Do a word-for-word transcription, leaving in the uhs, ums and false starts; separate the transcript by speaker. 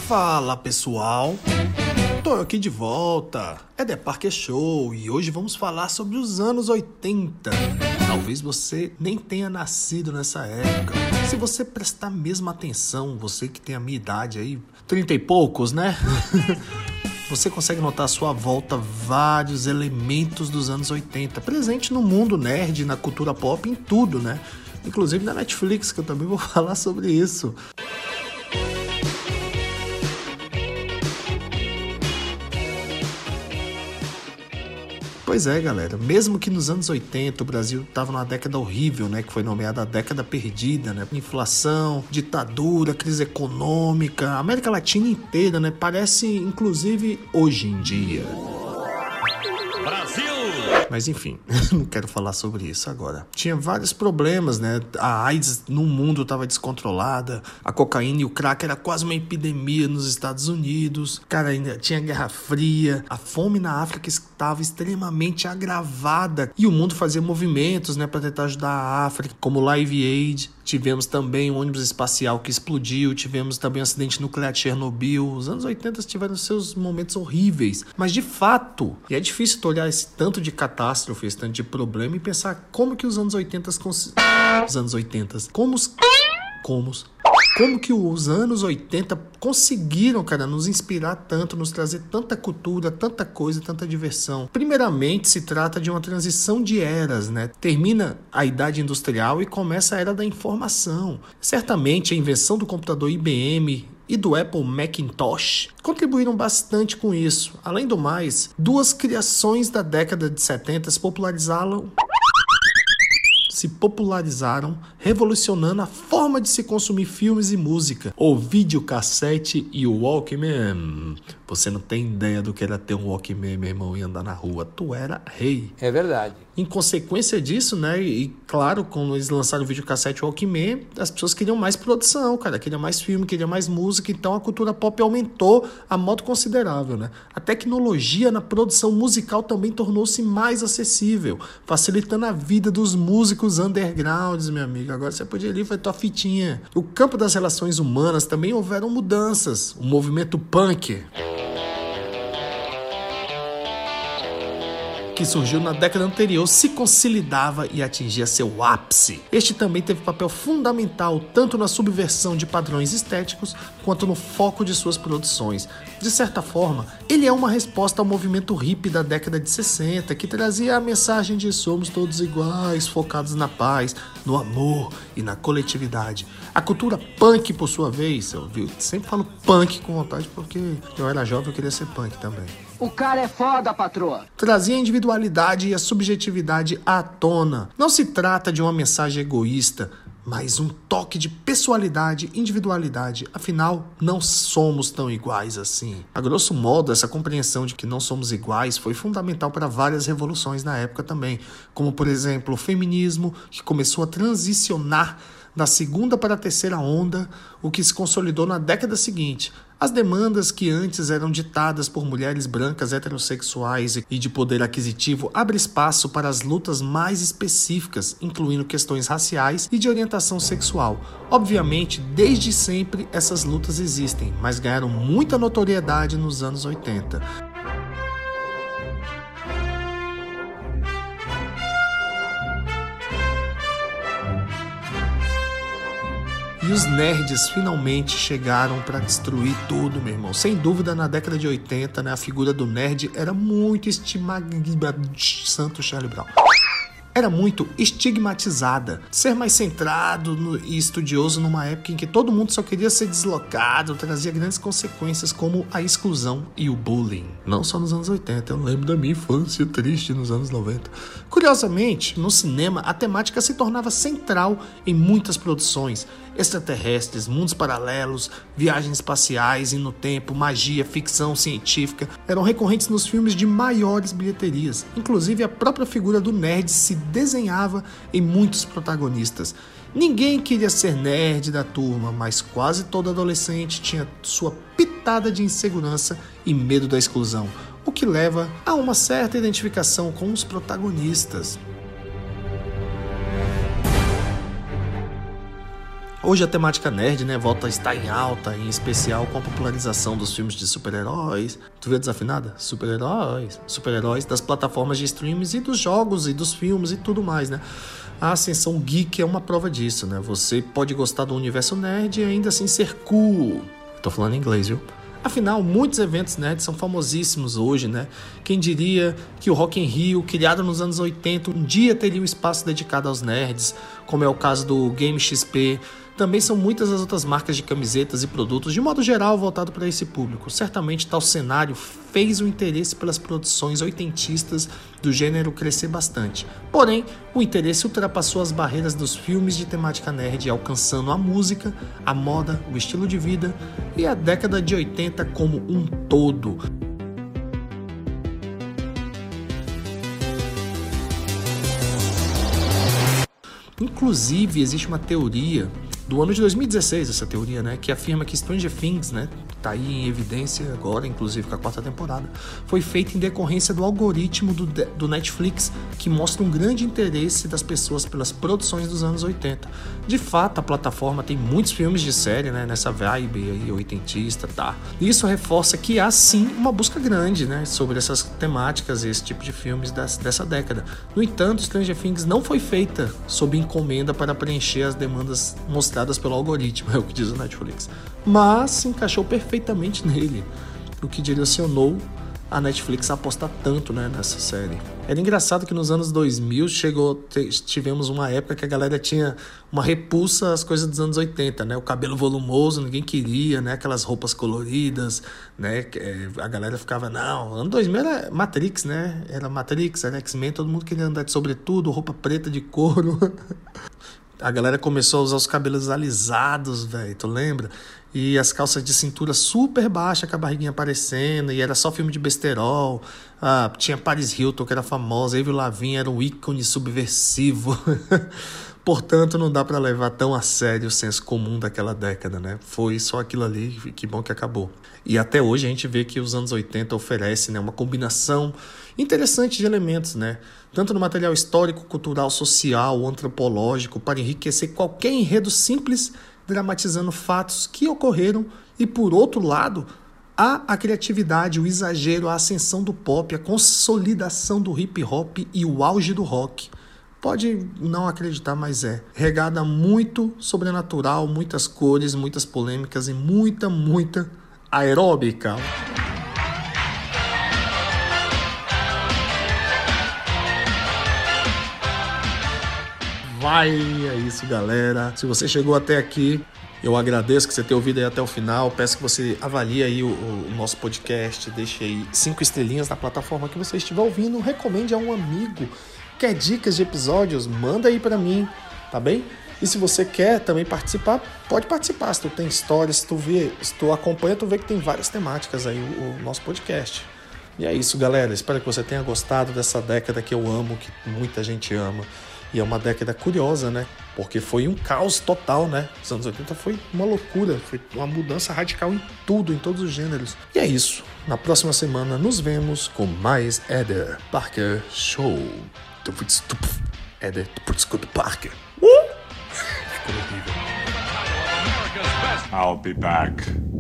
Speaker 1: Fala pessoal, tô aqui de volta, é The Parker Show e hoje vamos falar sobre os anos oitenta. Talvez você nem tenha nascido nessa época. Se você prestar mesmo atenção, você que tem a minha idade aí, trinta e poucos, né? Você consegue notar à sua volta vários elementos dos anos oitenta, presente no mundo nerd, na cultura pop, em tudo, né? Inclusive na Netflix, que eu também vou falar sobre isso. Pois é, galera, mesmo que nos anos oitenta o Brasil estava numa década horrível, né, que foi nomeada a década perdida, né, inflação, ditadura, crise econômica, a América Latina inteira, né, parece inclusive hoje em dia. Brasil! Mas enfim, não quero falar sobre isso agora. Tinha vários problemas, né? A AIDS no mundo estava descontrolada, a cocaína e o crack era quase uma epidemia nos Estados Unidos. Cara, ainda tinha Guerra Fria, a fome na África estava extremamente agravada e o mundo fazia movimentos, né, para tentar ajudar a África, como Live Aid. Tivemos também um ônibus espacial que explodiu, tivemos também um acidente nuclear de Chernobyl. Os anos oitenta tiveram seus momentos horríveis, mas de fato, e é difícil olhar esse tanto de catástrofe, esse tanto de problema e pensar como que os anos oitenta cons... os anos oitenta, como os... como os... Como que os anos oitenta conseguiram, cara, nos inspirar tanto, nos trazer tanta cultura, tanta coisa, tanta diversão? Primeiramente, se trata de uma transição de eras, né? Termina a idade industrial e começa a era da informação. Certamente, a invenção do computador I B M e do Apple Macintosh contribuíram bastante com isso. Além do mais, duas criações da década de setenta se popularizaram se popularizaram, revolucionando a forma de se consumir filmes e música. O videocassete e o Walkman. Você não tem ideia do que era ter um Walkman, meu irmão, e andar na rua. Tu era rei.
Speaker 2: É verdade.
Speaker 1: Em consequência disso, né, e claro, quando eles lançaram o videocassete e o Walkman, as pessoas queriam mais produção, cara, queriam mais filme, queriam mais música, então a cultura pop aumentou a modo considerável, né? A tecnologia na produção musical também tornou-se mais acessível, facilitando a vida dos músicos undergrounds, meu amigo. Agora você podia ir ali e fazer tua fitinha. O campo das relações humanas também houveram mudanças. O movimento punk, que surgiu na década anterior, se consolidava e atingia seu ápice. Este também teve papel fundamental tanto na subversão de padrões estéticos quanto no foco de suas produções. De certa forma, ele é uma resposta ao movimento hippie da década de sessenta, que trazia a mensagem de somos todos iguais, focados na paz, no amor e na coletividade. A cultura punk, por sua vez, eu sempre falo punk com vontade porque eu era jovem e eu queria ser punk também.
Speaker 2: O cara é foda, patroa.
Speaker 1: Trazia a individualidade e a subjetividade à tona. Não se trata de uma mensagem egoísta, mas um toque de pessoalidade, individualidade. Afinal, não somos tão iguais assim. A grosso modo, essa compreensão de que não somos iguais foi fundamental para várias revoluções na época também, como, por exemplo, o feminismo, que começou a transicionar da segunda para a terceira onda, o que se consolidou na década seguinte. As demandas que antes eram ditadas por mulheres brancas heterossexuais e de poder aquisitivo abrem espaço para as lutas mais específicas, incluindo questões raciais e de orientação sexual. Obviamente, desde sempre essas lutas existem, mas ganharam muita notoriedade nos anos oitenta. E os nerds finalmente chegaram para destruir tudo, meu irmão. Sem dúvida, na década de oitenta, né, a figura do nerd era muito estigmatizada. Santo Charlie Brown. Era muito estigmatizada. Ser mais centrado no, e estudioso numa época em que todo mundo só queria ser deslocado trazia grandes consequências como a exclusão e o bullying. Não só nos anos oitenta, eu lembro da minha infância triste nos anos noventa. Curiosamente, no cinema, a temática se tornava central em muitas produções. Extraterrestres, mundos paralelos, viagens espaciais e no tempo, magia, ficção científica eram recorrentes nos filmes de maiores bilheterias. Inclusive, a própria figura do nerd se desenhava em muitos protagonistas. Ninguém queria ser nerd da turma, mas quase todo adolescente tinha sua pitada de insegurança e medo da exclusão, o que leva a uma certa identificação com os protagonistas. Hoje a temática nerd, né, volta a estar em alta, em especial com a popularização dos filmes de super-heróis. Tu viu desafinada? Super-heróis. Super-heróis das plataformas de streams e dos jogos e dos filmes e tudo mais, né? A ascensão geek é uma prova disso, né? Você pode gostar do universo nerd e ainda assim ser cool. Tô falando em inglês, viu? Afinal, muitos eventos nerds são famosíssimos hoje, né? Quem diria que o Rock in Rio, criado nos anos oitenta, um dia teria um espaço dedicado aos nerds, como é o caso do Game X P. Também são muitas as outras marcas de camisetas e produtos, de modo geral, voltado para esse público. Certamente tal cenário fez o interesse pelas produções oitentistas do gênero crescer bastante. Porém, o interesse ultrapassou as barreiras dos filmes de temática nerd, alcançando a música, a moda, o estilo de vida e a década de oitenta como um todo. Inclusive, existe uma teoria do ano de dois mil e dezesseis, essa teoria, né, que afirma que Stranger Things, né, tá aí em evidência agora, inclusive com a quarta temporada, foi feita em decorrência do algoritmo do, do Netflix, que mostra um grande interesse das pessoas pelas produções dos anos oitenta. De fato, a plataforma tem muitos filmes de série, né, nessa vibe aí oitentista, tá? Isso reforça que há sim uma busca grande, né, sobre essas temáticas e esse tipo de filmes das, dessa década. No entanto, Stranger Things não foi feita sob encomenda para preencher as demandas mostradas pelo algoritmo, é o que diz o Netflix, mas se encaixou perfeitamente nele, o que direcionou a Netflix a apostar tanto, né, nessa série. Era engraçado que nos anos dois mil chegou, tivemos uma época que a galera tinha uma repulsa às coisas dos anos oitenta, né, o cabelo volumoso, ninguém queria, né, aquelas roupas coloridas, né, a galera ficava, não, ano dois mil era Matrix, né, era Matrix, era X-Men, todo mundo queria andar de sobretudo, roupa preta de couro. A galera começou a usar os cabelos alisados, velho, tu lembra? E as calças de cintura super baixa, com a barriguinha aparecendo, e era só filme de besterol. Ah, tinha Paris Hilton, que era famosa, Avril Lavigne era um ícone subversivo. Portanto, não dá pra levar tão a sério o senso comum daquela década, né? Foi só aquilo ali, que bom que acabou. E até hoje a gente vê que os anos oitenta oferecem, né, uma combinação interessante de elementos, né? Tanto no material histórico, cultural, social, antropológico, para enriquecer qualquer enredo simples, dramatizando fatos que ocorreram. E por outro lado, há a criatividade, o exagero, a ascensão do pop, a consolidação do hip hop e o auge do rock. Pode não acreditar, mas é. Regada muito sobrenatural, muitas cores, muitas polêmicas e muita, muita aeróbica. Vai, é isso, galera. Se você chegou até aqui, eu agradeço que você tenha ouvido aí até o final. Peço que você avalie aí o, o nosso podcast, deixe aí cinco estrelinhas na plataforma que você estiver ouvindo, recomende a um amigo. Quer dicas de episódios? Manda aí pra mim, tá bem? E se você quer também participar, pode participar. Se tu tem histórias, se tu vê, se tu acompanha, tu vê que tem várias temáticas aí o, o nosso podcast. E é isso, galera. Espero que você tenha gostado dessa década que eu amo, que muita gente ama. E é uma década curiosa, né? Porque foi um caos total, né? Os anos oitenta foi uma loucura, foi uma mudança radical em tudo, em todos os gêneros. E é isso. Na próxima semana nos vemos com mais Eder Parker Show. Eder Parker. Uh! Ficou horrível.
Speaker 3: I'll be back.